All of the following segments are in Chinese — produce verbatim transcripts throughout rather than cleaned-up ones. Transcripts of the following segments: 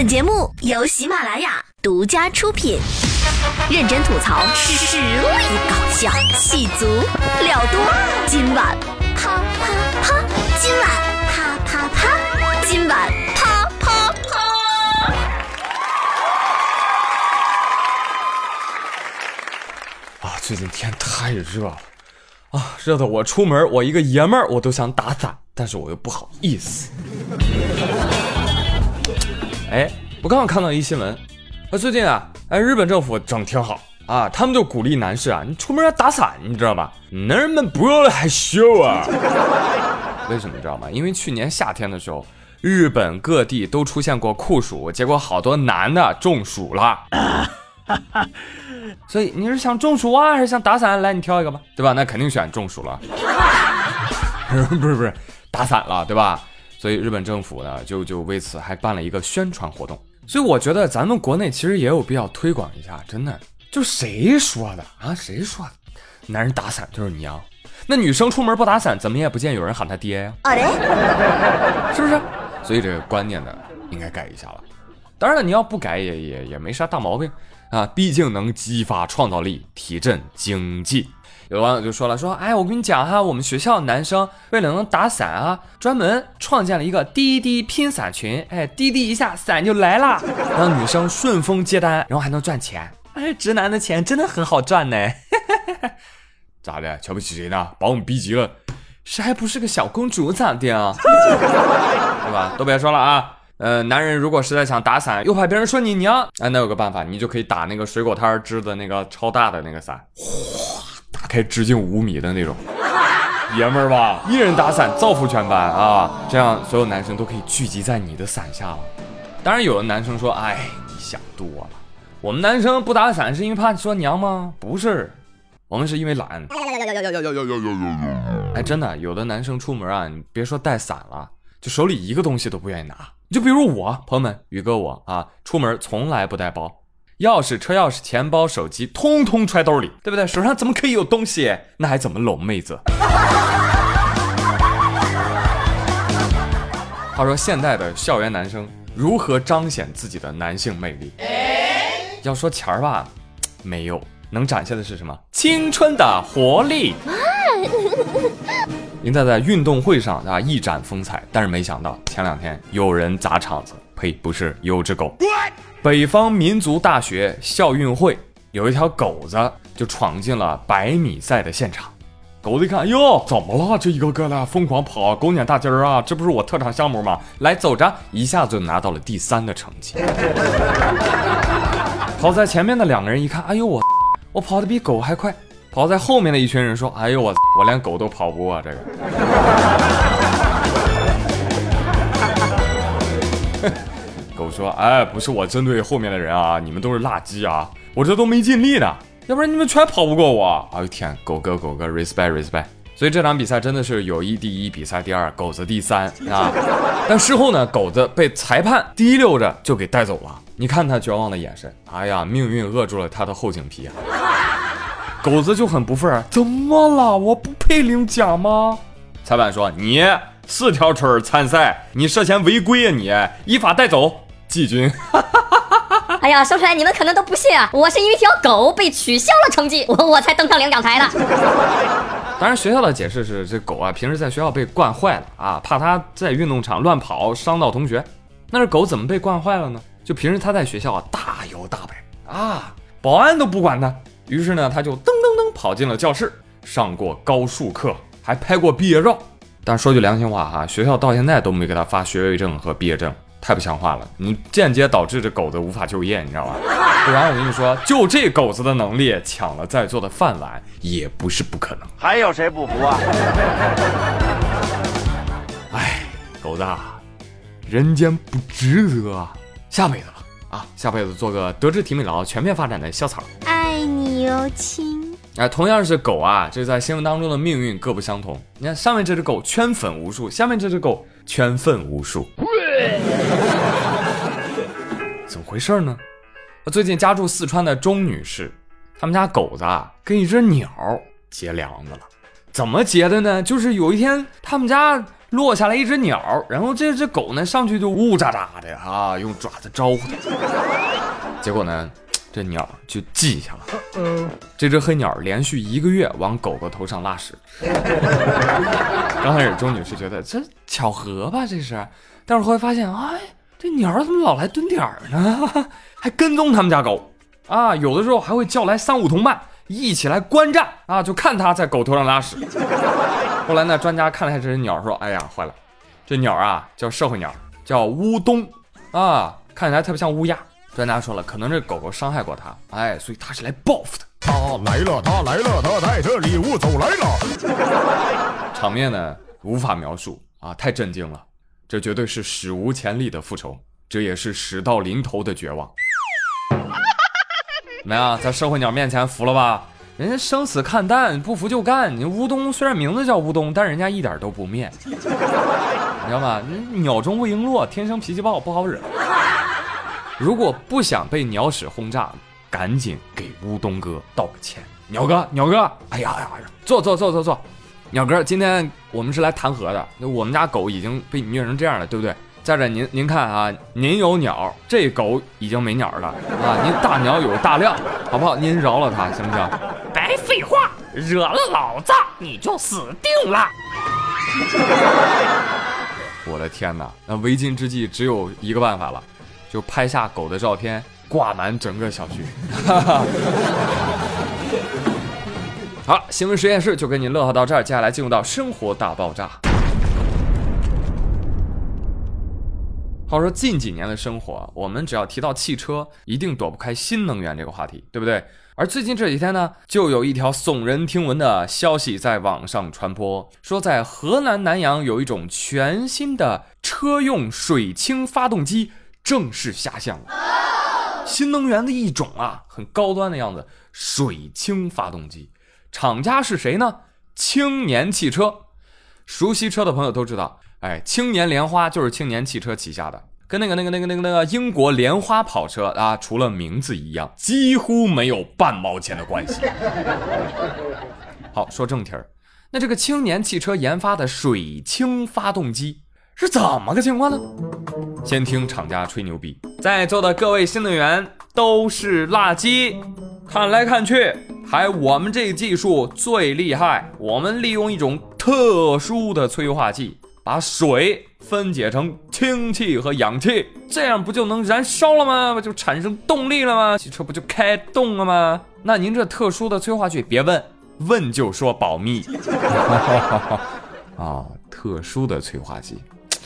本节目由喜马拉雅独家出品，认真吐槽，实力搞笑，戏足了多。今晚啪啪啪，今晚啪啪啪，今晚啪啪啪。 啊，最近天太热了啊，热的我出门，我一个爷们儿我都想打伞，但是我又不好意思。哎，我刚刚看到一新闻，啊，最近啊，哎，日本政府整挺好啊，他们就鼓励男士啊，你出门要打伞，你知道吧？男人们不要害羞啊。为什么你知道吗？因为去年夏天的时候，日本各地都出现过酷暑，结果好多男的中暑了。所以你是想中暑啊，还是想打伞？来，你挑一个吧，对吧？那肯定选中暑了。不是不是，打伞了，对吧？所以日本政府呢，就就为此还办了一个宣传活动。所以我觉得咱们国内其实也有必要推广一下，真的。就谁说的啊？谁说的？男人打伞就是娘，那女生出门不打伞，怎么也不见有人喊她爹呀、啊？是不是？所以这个观念呢，应该改一下了。当然了，你要不改也也也没啥大毛病啊，毕竟能激发创造力，提振经济。有的网友就说了，说，哎，我跟你讲哈，我们学校男生为了能打伞啊，专门创建了一个滴滴拼伞群，哎，滴滴一下伞就来了，让女生顺丰接单，然后还能赚钱。哎，直男的钱真的很好赚呢。咋的？瞧不起谁呢？把我们逼急了，谁还不是个小公主咋的啊？对吧？都别说了啊。呃，男人如果实在想打伞，又怕别人说你娘，哎，那有个办法，你就可以打那个水果摊织的那个超大的那个伞，哗，打开直径五米的那种，爷们儿吧，一人打伞，造福全班啊！这样所有男生都可以聚集在你的伞下了。当然，有的男生说，哎，你想多了，我们男生不打伞是因为怕说娘吗？不是，我们是因为懒。哎，真的，有的男生出门啊，你别说带伞了，就手里一个东西都不愿意拿。就比如我，朋友们，宇哥我啊，出门从来不带包，钥匙、车钥匙、钱包、手机，通通揣兜里，对不对？手上怎么可以有东西？那还怎么搂妹子？话说现代的校园男生如何彰显自己的男性魅力？要说钱儿吧，没有，能展现的是什么？青春的活力。应该在运动会上啊一展风采，但是没想到前两天有人砸场子，呸，不是，有只狗。北方民族大学校运会有一条狗子就闯进了百米赛的现场，狗子一看，哟，怎么了？这一个个的疯狂跑，狗撵大街儿啊，这不是我特长项目吗？来，走着，一下子就拿到了第三的成绩。跑在前面的两个人一看，哎呦我，我跑得比狗还快。跑在后面的一群人说，哎呦我我连狗都跑不过这个。狗说，哎，不是我针对后面的人啊，你们都是垃圾啊，我这都没尽力呢，要不然你们全跑不过我。哎呦天，狗哥狗哥 respect respect。 所以这场比赛真的是友谊第一，比赛第二，狗子第三啊。但事后呢，狗子被裁判提溜着就给带走了，你看他绝望的眼神，哎呀，命运扼住了他的后颈皮啊。狗子就很不忿，怎么了？我不配领奖吗？裁判说，你四条腿参赛，你涉嫌违规啊，你依法带走季军。 哎呀，说出来你们可能都不信啊，我是因为一条狗被取消了成绩，我我才登上领奖台的。 当然学校的解释是，这狗啊平时在学校被惯坏了啊，怕它在运动场乱跑伤到同学。那这狗怎么被惯坏了呢？就平时它在学校啊大摇大摆啊，保安都不管它。于是呢，他就噔噔噔跑进了教室，上过高数课，还拍过毕业照。但说句良心话哈，学校到现在都没给他发学位证和毕业证，太不像话了。你间接导致这狗子无法就业，你知道吗？不然我跟你说，就这狗子的能力，抢了在座的饭碗也不是不可能。 还有谁不服啊？ 哎，狗子，人间不值得啊，下辈子吧。啊，下辈子做个德智体美劳全面发展的校草。 爱你哟亲。 哎，同样是狗啊，这在新闻当中的命运各不相同。你看上面这只狗圈粉无数，下面这只狗圈粪无数。怎么回事呢？最近家住四川的钟女士，他们家狗子啊跟一只鸟结梁子了。怎么结的呢？就是有一天他们家落下来一只鸟，然后这只狗呢上去就呜喳喳的啊，用爪子招呼它。结果呢，这鸟就记下了。这只黑鸟连续一个月往狗狗头上拉屎。刚开始周女士觉得这巧合吧，这是，但是后来发现，哎，这鸟怎么老来蹲点儿呢？还跟踪他们家狗啊，有的时候还会叫来三五同伴一起来观战啊，就看它在狗头上拉屎。后来呢，专家看了一下这只鸟，说：“哎呀，坏了，这鸟啊叫社会鸟，叫乌冬啊，看起来特别像乌鸦。”专家说了，可能这狗狗伤害过它，哎，所以它是来报复的。 他来了，他来了，他带着礼物走来了。 场面呢无法描述啊，太震惊了，这绝对是史无前例的复仇，这也是史到临头的绝望。怎么样，在社会鸟面前服了吧？人家生死看淡，不服就干。你乌冬虽然名字叫乌冬，但人家一点都不面，你知道吗？鸟中不璎珞，天生脾气暴，不好惹。如果不想被鸟屎轰炸，赶紧给乌冬哥道个歉。鸟哥，鸟哥，哎呀哎呀，坐坐坐坐坐。鸟哥，今天我们是来谈和的，我们家狗已经被你虐成这样了，对不对？再者您您看啊，您有鸟，这狗已经没鸟了啊，您大鸟有大量，好不好？您饶了它行不行？ 白废话，惹了老子你就死定了。 我的天哪，那为今之计只有一个办法了，就拍下狗的照片，挂满整个小区。好，新闻实验室就跟你乐呵到这儿，接下来进入到生活大爆炸。话说近几年的生活，我们只要提到汽车，一定躲不开新能源这个话题，对不对？而最近这几天呢，就有一条耸人听闻的消息在网上传播，说在河南南阳有一种全新的车用水氢发动机正式下线了。新能源的一种啊，很高端的样子，水氢发动机。厂家是谁呢？青年汽车。熟悉车的朋友都知道，哎，青年莲花就是青年汽车旗下的，跟那个那个那个那个那个英国莲花跑车啊，除了名字一样，几乎没有半毛钱的关系。好，说正题儿，那这个青年汽车研发的水氢发动机是怎么个情况呢？先听厂家吹牛逼，在座的各位新能源都是垃圾，看来看去还我们这个技术最厉害，我们利用一种特殊的催化剂，把水分解成氢气和氧气，这样不就能燃烧了吗？不就产生动力了吗？汽车不就开动了吗？那您这特殊的催化剂别问，问就说保密。啊，特殊的催化剂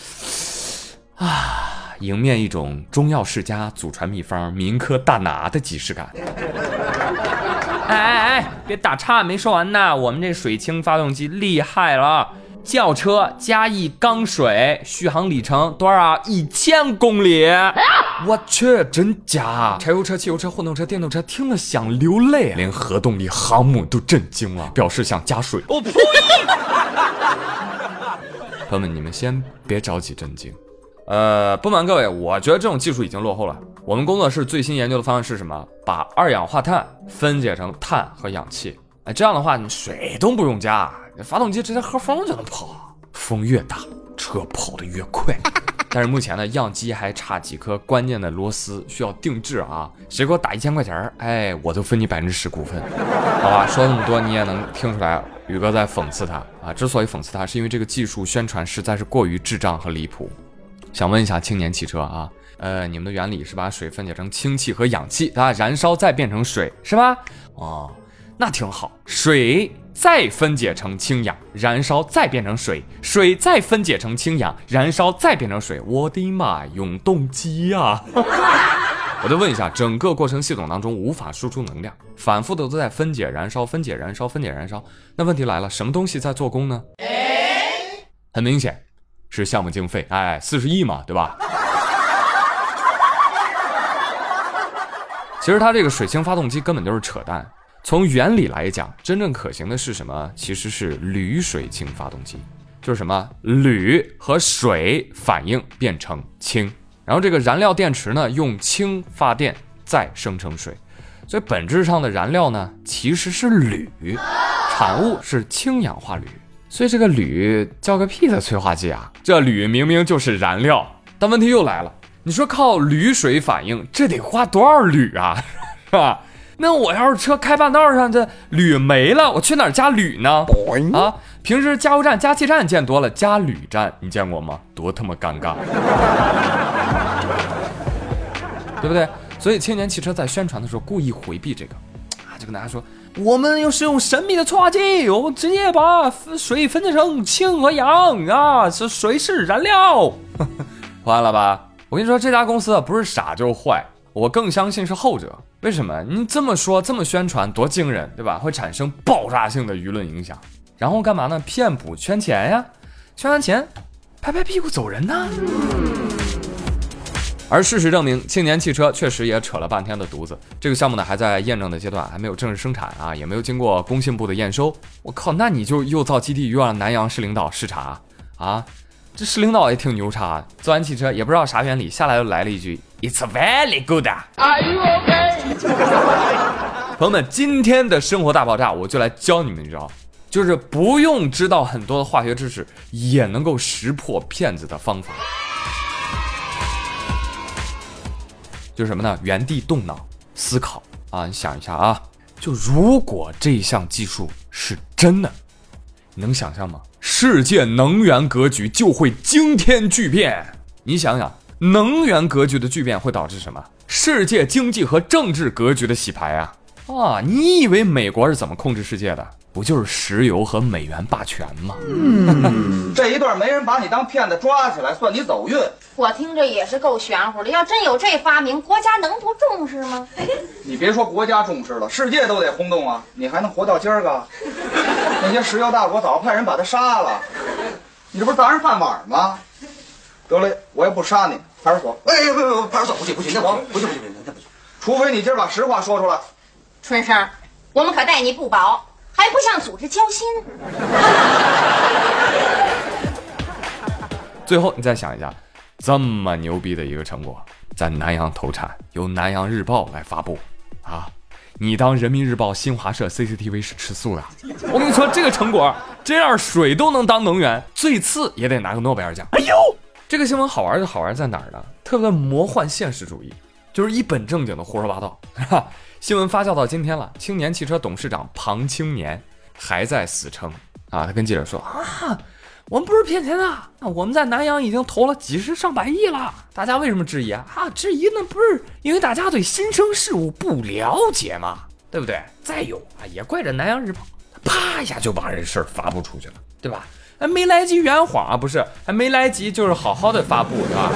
啊，迎面一种中药世家祖传秘方民科大拿的即视感。哎哎哎，别打岔，没说完呢。我们这水氢发动机厉害了，轿车加一缸水，续航里程多少啊？一千公里！我去，真假？柴油车、汽油车、混动车、电动车听了想流泪，连核动力航母都震惊了，表示想加水。我呸！朋友们，你们先别着急震惊。呃，不瞒各位，我觉得这种技术已经落后了。我们工作室最新研究的方案是什么？把二氧化碳分解成碳和氧气。哎，这样的话，你水都不用加，发动机直接喝风就能跑。风越大，车跑得越快。但是目前呢，样机还差几颗关键的螺丝，需要定制啊。谁给我打一千块钱，哎，我就分你百分之十股份。好吧，说那么多，你也能听出来，宇哥在讽刺他啊。之所以讽刺他，是因为这个技术宣传实在是过于智障和离谱。想问一下青年汽车啊，呃，你们的原理是把水分解成氢气和氧气，啊，燃烧再变成水，是吧？哦，那挺好。水再分解成氢氧，燃烧再变成水，水再分解成氢氧，燃烧再变成水。我的妈，永动机啊！我就问一下，整个过程系统当中无法输出能量，反复的都在分解、燃烧、分解、燃烧、分解、燃烧。那问题来了，什么东西在做工呢？很明显。是项目经费，哎，四十亿嘛，对吧？其实它这个水氢发动机根本就是扯淡。从原理来讲，真正可行的是什么？其实是铝水氢发动机，就是什么铝和水反应变成氢，然后这个燃料电池呢用氢发电再生成水，所以本质上的燃料呢其实是铝，产物是氢氧化铝。 所以这个铝叫个屁的催化剂啊！这铝明明就是燃料，但问题又来了，你说靠铝水反应，这得花多少铝啊？是吧？那我要是车开半道上这铝没了，我去哪儿加铝呢？啊，平时加油站、加气站见多了，加铝站你见过吗？多他妈尴尬，对不对？所以青年汽车在宣传的时候故意回避这个，啊，就跟大家说，我们又是用神秘的催化剂，我们直接把水分解成氢和氧啊，是水是燃料，完了吧？我跟你说，这家公司啊，不是傻就是坏。我更相信是后者，为什么？你这么说，这么宣传，多惊人，对吧？会产生爆炸性的舆论影响，然后干嘛呢？骗补圈钱呀，圈完钱，拍拍屁股走人呢。而事实证明，青年汽车确实也扯了半天的犊子。这个项目呢，还在验证的阶段，还没有正式生产啊，也没有经过工信部的验收。我靠，那你就又造基地，又让南阳市领导视察啊？这市领导也挺牛叉，做完汽车也不知道啥原理，下来又来了一句 It's very good. Are you okay? 朋友们，今天的生活大爆炸，我就来教你们一招，就是不用知道很多的化学知识，也能够识破骗子的方法。就是什么呢？原地动脑思考啊！你想一下啊，就如果这项技术是真的，你能想象吗？世界能源格局就会惊天巨变。你想想，能源格局的巨变会导致什么？世界经济和政治格局的洗牌啊！啊，你以为美国是怎么控制世界的？不就是石油和美元霸权吗？ 嗯，这一段没人把你当骗子抓起来，算你走运。 我听着也是够玄乎的，要真有这发明，国家能不重视吗？ 你别说国家重视了，世界都得轰动啊！你还能活到今儿个？那些石油大国早派人把他杀了，你这不是砸人饭碗吗？得嘞，我也不杀你，派出所。 哎，不不不，派出所不行不行，那不行不行不行，那不行。 除非你今儿把实话说出来。 春生，我们可待你不薄，还不向组织交心。 最后你再想一下，这么牛逼的一个成果，在南阳投产，由南阳日报来发布啊！你当人民日报、新华社、C C T V 是吃素的？我跟你说，这个成果这样水都能当能源，最次也得拿个诺贝尔奖。哎呦，这个新闻好玩就好玩在哪儿呢？特别的魔幻现实主义，就是一本正经的胡说八道。哈，新闻发酵到今天了，青年汽车董事长庞青年还在死撑啊！他跟记者说啊，我们不是骗钱的，我们在南阳已经投了几十上百亿了。大家为什么质疑啊？啊，质疑那不是因为大家对新生事物不了解嘛，对不对？再有啊，也怪这南阳日报，啪一下就把这事儿发布出去了，对吧？还没来及圆谎啊，不是，还没来及就是好好的发布，对吧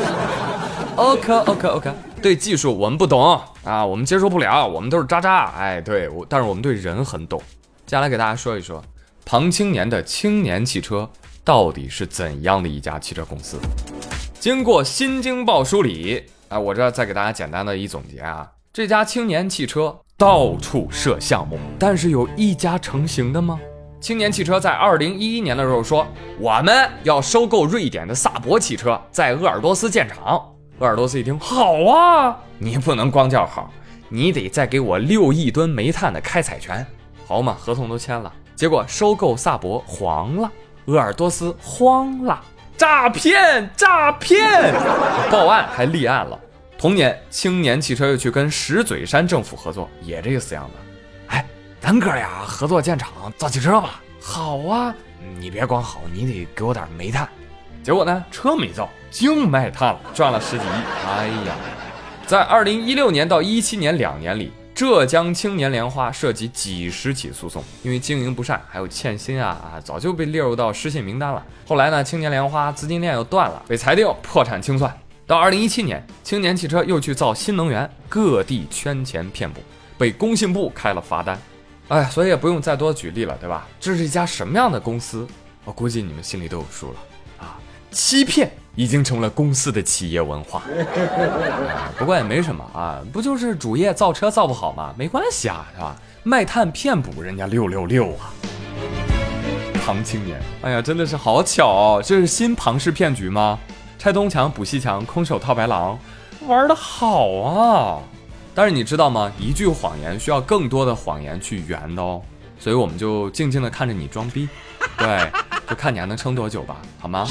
？OK OK OK， 对技术我们不懂啊，我们接受不了，我们都是渣渣。哎，对，我但是我们对人很懂。接下来给大家说一说庞青年的青年汽车到底是怎样的一家汽车公司？经过新京报梳理啊，我这再给大家简单的一总结啊，这家青年汽车到处设项目，但是有一家成型的吗？青年汽车在二零一一年的时候说，我们要收购瑞典的萨博汽车，在鄂尔多斯建厂。鄂尔多斯一听，好啊，你不能光叫好，你得再给我六亿吨煤炭的开采权。好嘛，合同都签了，结果收购萨博黄了，鄂尔多斯慌了，诈骗诈骗，报案还立案了。同年，青年汽车又去跟石嘴山政府合作，也这个死样子。哎，咱哥俩合作建厂造汽车吧。好啊，你别光好，你得给我点煤炭。结果呢，车没造，净卖炭了，赚了十几亿。哎呀，在二零一六年到一七年两年里，浙江青年莲花涉及几十起诉讼，因为经营不善还有欠薪啊啊，早就被列入到失信名单了。后来呢，青年莲花资金链又断了，被裁定破产清算。到二零一七年，青年汽车又去造新能源，各地圈钱骗补，被工信部开了罚单。哎，所以也不用再多举例了，对吧？这是一家什么样的公司？我估计你们心里都有数了啊！欺骗已经成了公司的企业文化。啊、不过也没什么啊，不就是主业造车造不好吗？没关系啊，是吧？卖炭骗补人家六六六啊！庞青年，哎呀，真的是好巧哦！这是新庞氏骗局吗？拆东墙补西墙，空手套白狼，玩得好啊！但是你知道吗？一句谎言需要更多的谎言去圆的哦，所以我们就静静的看着你装逼。对， 就看你还能撑多久吧，好吗？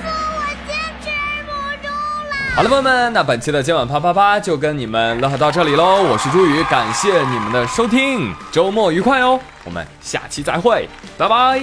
好了，朋友们，那本期的今晚啪啪啪就跟你们聊到这里喽。我是朱宇，感谢你们的收听，周末愉快哦，我们下期再会，拜拜。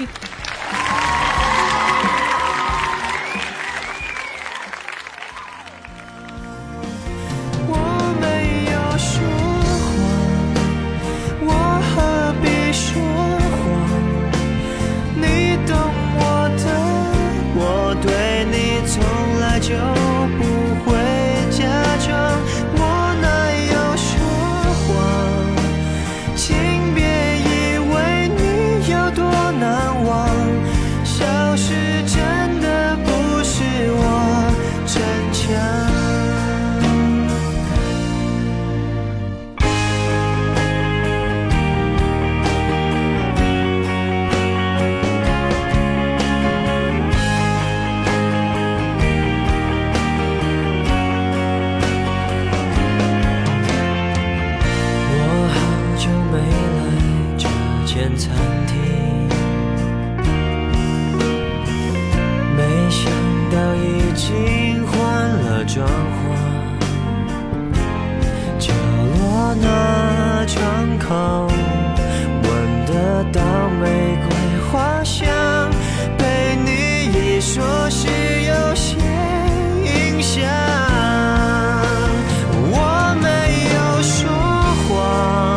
就不会假装，我哪有说谎？请别以为你有多难忘，消失真的不是我逞强。餐厅，没想到已经换了装潢，角落那窗口闻得到玫瑰花香，被你一说是有些影响。我没有说谎，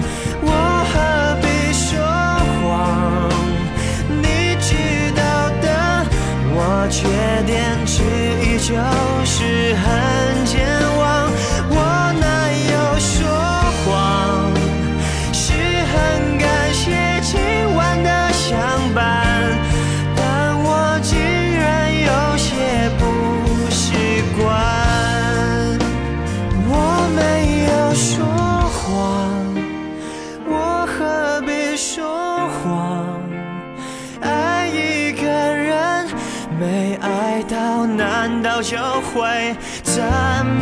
缺点之一就是很健忘，我哪有说谎？是很感谢今晚的相伴，但我竟然有些不习惯。我没有说谎，我何必说谎？爱一个人没爱到，难道就会怎么